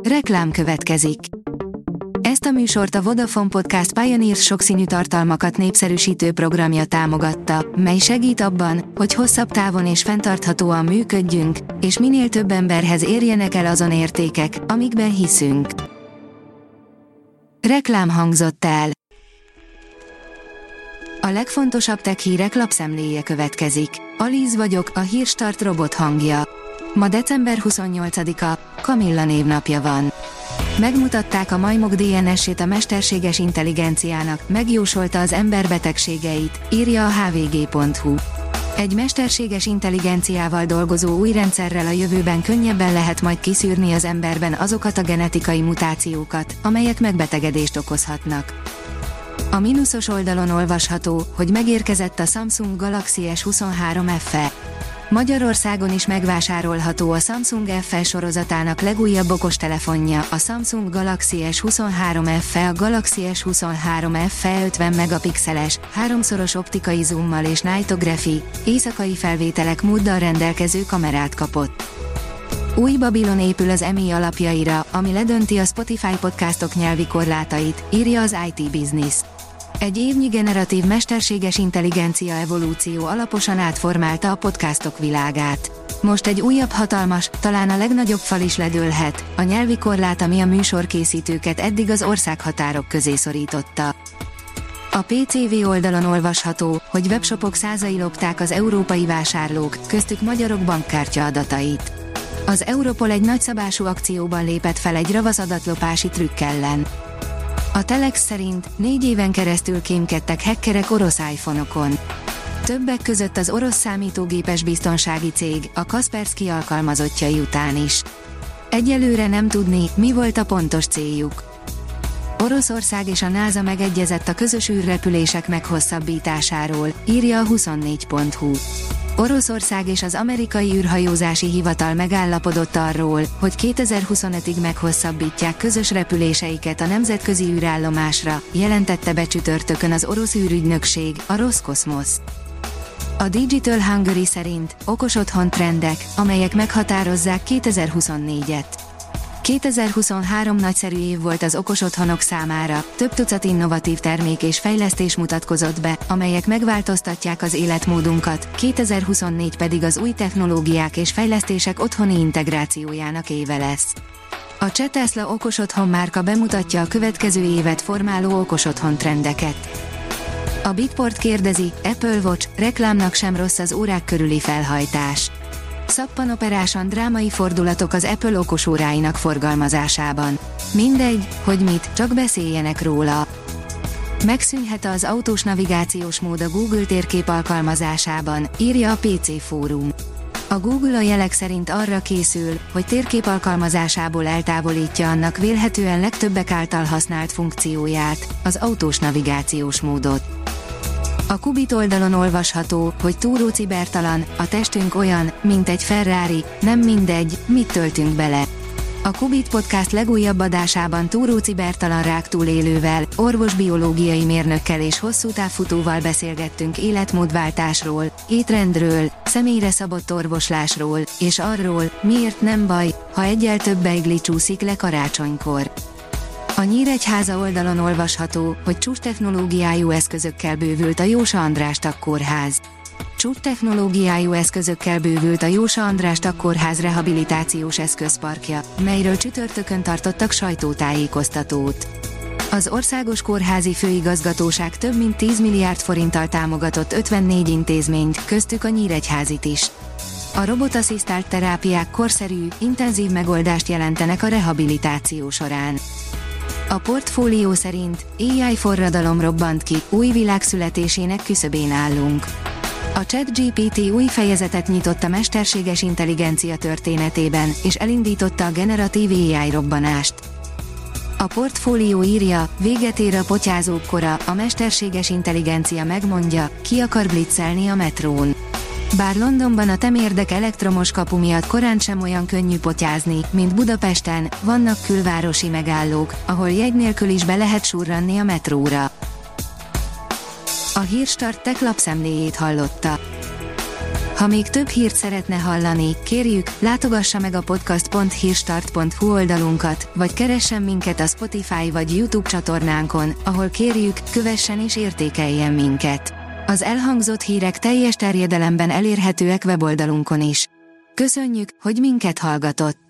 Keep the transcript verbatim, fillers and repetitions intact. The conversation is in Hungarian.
Reklám következik. Ezt a műsort a Vodafone Podcast Pioneers sokszínű tartalmakat népszerűsítő programja támogatta, mely segít abban, hogy hosszabb távon és fenntarthatóan működjünk, és minél több emberhez érjenek el azon értékek, amikben hiszünk. Reklám hangzott el. A legfontosabb tech hírek lapszemléje következik. Alíz vagyok, a Hírstart robot hangja. Ma december huszonnyolcadika, Kamilla névnapja van. Megmutatták a majmok dé en es-ét a mesterséges intelligenciának, megjósolta az ember betegségeit, írja a há vé gé pont hú. Egy mesterséges intelligenciával dolgozó új rendszerrel a jövőben könnyebben lehet majd kiszűrni az emberben azokat a genetikai mutációkat, amelyek megbetegedést okozhatnak. A mínuszos oldalon olvasható, hogy megérkezett a Samsung Galaxy es huszonhárom ef e. Magyarországon is megvásárolható a Samsung ef e sorozatának legújabb okostelefonja, a Samsung Galaxy es huszonhárom ef e. A Galaxy es huszonhárom ef e ötven megapixeles, háromszoros optikai zoommal és Nightography, éjszakai felvételek móddal rendelkező kamerát kapott. Új Babilon épül az Emmy alapjaira, ami ledönti a Spotify podcastok nyelvi korlátait, írja az i té Business. Egy évnyi generatív mesterséges intelligencia evolúció alaposan átformálta a podcastok világát. Most egy újabb hatalmas, talán a legnagyobb fal is ledőlhet, a nyelvi korlát, ami a műsorkészítőket eddig az országhatárok közé szorította. A pé cé vé oldalon olvasható, hogy webshopok százai lopták az európai vásárlók, köztük magyarok bankkártya adatait. Az Europol egy nagyszabású akcióban lépett fel egy ravasz adatlopási trükk ellen. A Telex szerint négy éven keresztül kémkedtek hackerek orosz iPhone-okon. Többek között az orosz számítógépes biztonsági cég, a Kaspersky alkalmazottjai után is. Egyelőre nem tudni, mi volt a pontos céljuk. Oroszország és a NASA megegyezett a közös űrrepülések meghosszabbításáról, írja a huszonnégy pont hú. Oroszország és az amerikai űrhajózási hivatal megállapodott arról, hogy kétezer-huszonötig meghosszabbítják közös repüléseiket a nemzetközi űrállomásra, jelentette be csütörtökön az orosz űrügynökség, a Roszkoszmosz. A Digital Hungary szerint okos otthon trendek, amelyek meghatározzák kétezer-huszonnégyet. kétezer-huszonhárom nagyszerű év volt az okos otthonok számára, több tucat innovatív termék és fejlesztés mutatkozott be, amelyek megváltoztatják az életmódunkat, kétezer-huszonnégy pedig az új technológiák és fejlesztések otthoni integrációjának éve lesz. A Cseh Tesla okos otthon márka bemutatja a következő évet formáló okos otthon trendeket. A Bitport kérdezi, Apple Watch, reklámnak sem rossz az órák körüli felhajtás. Szappanoperásan drámai fordulatok az Apple okosóráinak forgalmazásában. Mindegy, hogy mit, csak beszéljenek róla. Megszűnhet az autós navigációs mód a Google térkép alkalmazásában, írja a pé cé Fórum. A Google a jelek szerint arra készül, hogy térkép alkalmazásából eltávolítja annak vélhetően legtöbbek által használt funkcióját, az autós navigációs módot. A Kubit oldalon olvasható, hogy túró cibertalan, a testünk olyan, mint egy Ferrari, nem mindegy, mit töltünk bele. A Kubit Podcast legújabb adásában túró cibertalan ráktúlélővel, orvosbiológiai mérnökkel és hosszú távfutóval beszélgettünk életmódváltásról, étrendről, személyre szabott orvoslásról, és arról, miért nem baj, ha egyel több beigli csúszik le karácsonykor. A Nyíregyháza oldalon olvasható, hogy csúcstechnológiájú eszközökkel bővült a Jósa András-Tak kórház. Csúcstechnológiájú eszközökkel bővült a Jósa András-Tak kórház rehabilitációs eszközparkja, melyről csütörtökön tartottak sajtótájékoztatót. Az Országos Kórházi Főigazgatóság több mint tíz milliárd forinttal támogatott ötvennégy intézményt, köztük a Nyíregyházit is. A robotasszisztált terápiák korszerű, intenzív megoldást jelentenek a rehabilitáció során. A Portfólió szerint á i forradalom robbant ki, új világ születésének küszöbén állunk. A ChatGPT új fejezetet nyitott a mesterséges intelligencia történetében, és elindította a generatív á i robbanást. A Portfólió írja, véget ér a potyázók kora, a mesterséges intelligencia megmondja, ki akar blitzelni a metrón. Bár Londonban a temérdek elektromos kapu miatt korán sem olyan könnyű potyázni, mint Budapesten, vannak külvárosi megállók, ahol jegy nélkül is be lehet surranni a metróra. A Hírstart Tech lapszemléjét hallotta. Ha még több hírt szeretne hallani, kérjük, látogassa meg a podcast pont hírstart pont hu oldalunkat, vagy keressen minket a Spotify vagy YouTube csatornánkon, ahol kérjük, kövessen és értékeljen minket. Az elhangzott hírek teljes terjedelemben elérhetőek weboldalunkon is. Köszönjük, hogy minket hallgatott!